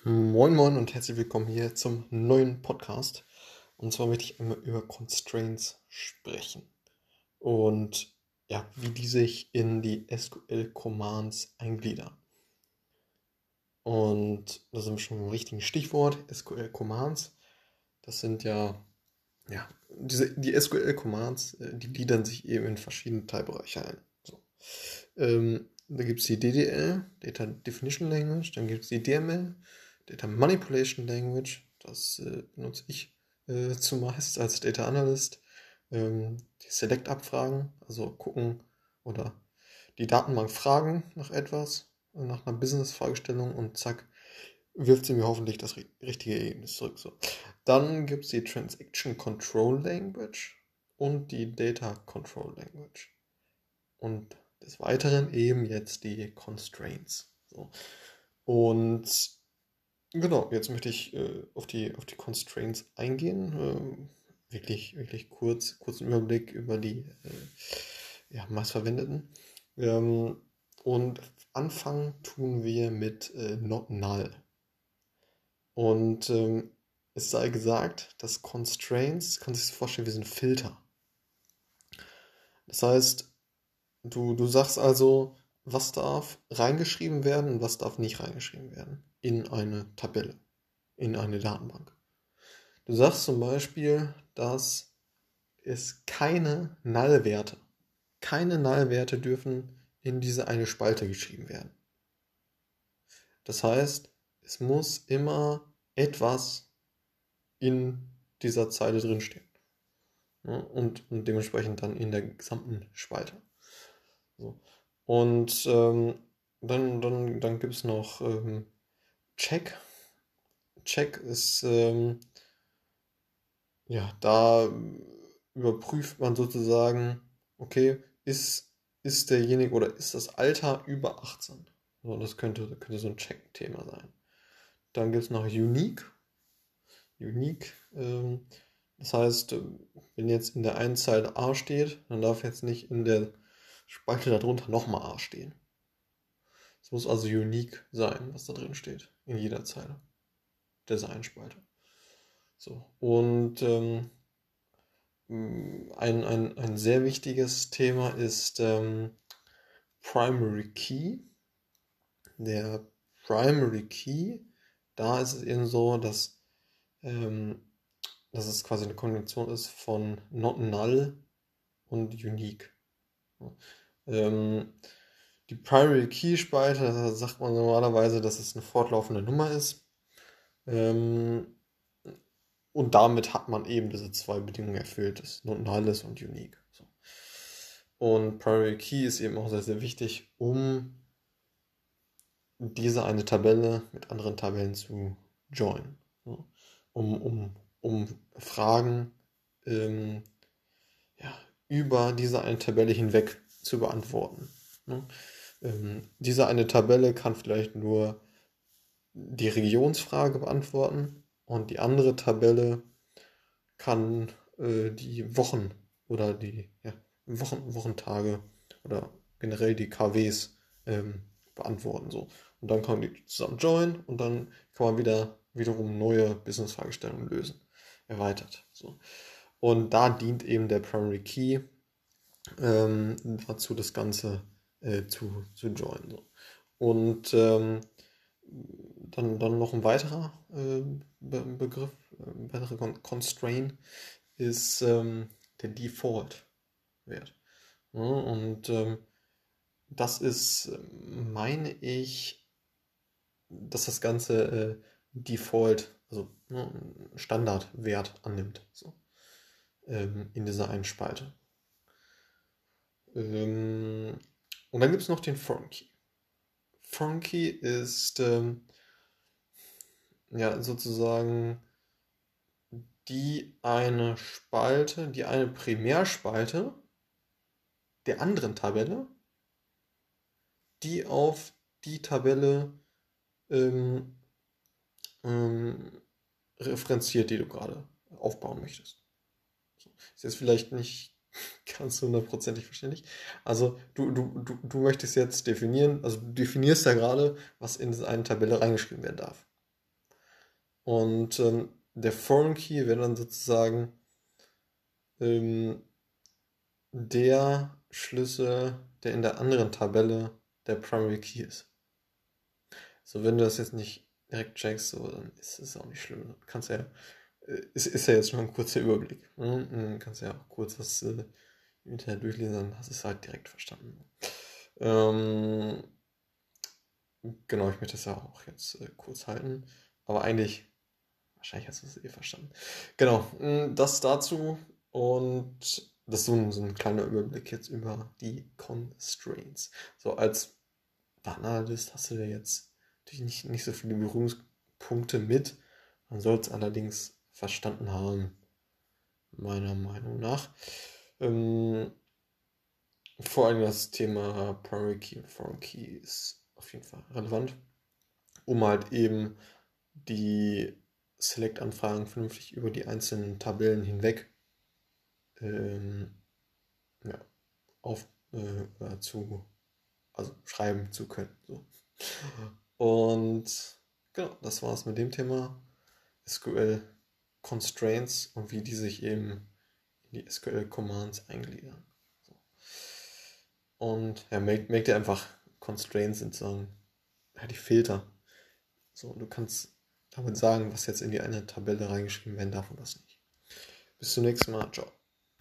Moin Moin und herzlich willkommen hier zum neuen Podcast. Und zwar möchte ich einmal über Constraints sprechen und ja, wie die sich in die SQL-Commands eingliedern. Und da sind wir schon im richtigen Stichwort, SQL-Commands. Das sind die SQL-Commands, die gliedern sich eben in verschiedene Teilbereiche ein. So. Da gibt es die DDL, Data Definition Language, dann gibt es die DML, Data Manipulation Language, das benutze ich zumeist als Data Analyst. Die Select-Abfragen, also gucken oder die Datenbank fragen nach etwas, nach einer Business-Fragestellung und zack, wirft sie mir hoffentlich das richtige Ergebnis zurück. So. Dann gibt es die Transaction Control Language und die Data Control Language. Und des Weiteren eben jetzt die Constraints. So. Und genau, jetzt möchte ich auf die Constraints eingehen. Wirklich kurzen Überblick über die meistverwendeten. Und anfangen tun wir mit Not Null. Und es sei gesagt, dass Constraints, kann sich das vorstellen, wie so ein Filter. Das heißt, du sagst also, was darf reingeschrieben werden und was darf nicht reingeschrieben werden in eine Tabelle, in eine Datenbank. Du sagst zum Beispiel, dass es keine Nullwerte dürfen in diese eine Spalte geschrieben werden. Das heißt, es muss immer etwas in dieser Zeile drinstehen. Ne? Und dementsprechend dann in der gesamten Spalte. So. Und dann gibt es noch Check. Check ist, da überprüft man sozusagen, okay, ist derjenige oder ist das Alter über 18? So, das könnte so ein Check-Thema sein. Dann gibt es noch Unique. Unique, das heißt, wenn jetzt in der einen Zeile A steht, dann darf jetzt nicht in der Spalte darunter nochmal A stehen. Es muss also unique sein, was da drin steht, in jeder Zeile der Seitenspalte. So, und ein sehr wichtiges Thema ist Primary Key. Der Primary Key, da ist es eben so, dass es quasi eine Kombination ist von Not Null und Unique. Die Primary Key Spalte, da sagt man normalerweise, dass es eine fortlaufende Nummer ist. Und damit hat man eben diese zwei Bedingungen erfüllt, das Null ist und Unique. So. Und Primary Key ist eben auch sehr, sehr wichtig, um diese eine Tabelle mit anderen Tabellen zu joinen. So. Um Fragen über diese eine Tabelle hinweg zu beantworten. Ne? Diese eine Tabelle kann vielleicht nur die Regionsfrage beantworten und die andere Tabelle kann die Wochen oder die Wochentage oder generell die KWs beantworten. So. Und dann kann man die zusammen joinen und dann kann man wiederum neue Business-Fragestellungen lösen. Erweitert. So. Und da dient eben der Primary Key dazu, das Ganze zu joinen. So. Und dann noch ein weiterer Begriff, ein weiterer Constraint ist der Default-Wert. Ja, und das ist, meine ich, dass das Ganze Default, also Standardwert annimmt. So, in dieser einen Spalte. Und dann gibt es noch den Foreign Key. Foreign Key ist sozusagen die eine Primärspalte der anderen Tabelle, die auf die Tabelle referenziert, die du gerade aufbauen möchtest. So. Ist jetzt vielleicht nicht ganz hundertprozentig verständlich. Also du möchtest jetzt definieren, also du definierst ja gerade, was in eine Tabelle reingeschrieben werden darf. Und der Foreign Key wäre dann sozusagen ähm, der Schlüssel, der in der anderen Tabelle der Primary Key ist. So, wenn du das jetzt nicht direkt checkst, so, dann ist es auch nicht schlimm. Du kannst ja, ist ja jetzt schon ein kurzer Überblick. Ne? Kannst ja auch kurz das im Internet durchlesen, dann hast du es halt direkt verstanden. Ähm, genau, ich möchte das ja auch jetzt kurz halten. Aber eigentlich, wahrscheinlich hast du es eh verstanden. Genau, das dazu. Und das ist so ein kleiner Überblick jetzt über die Constraints. So, als Datenanalyst hast du ja jetzt natürlich nicht so viele Berührungspunkte mit. Man soll es allerdings verstanden haben, meiner Meinung nach. Ähm, vor allem das Thema Primary Key und Foreign Key ist auf jeden Fall relevant, um halt eben die Select-Anfragen vernünftig über die einzelnen Tabellen hinweg ähm, ja, auf, zu, also schreiben zu können. So. Und genau, das war's mit dem Thema SQL Constraints und wie die sich eben in die SQL Commands eingliedern. So. Und ja, make dir einfach Constraints sind so ja, die Filter. So, du kannst damit sagen, was jetzt in die eine Tabelle reingeschrieben werden darf und was nicht. Bis zum nächsten Mal. Ciao.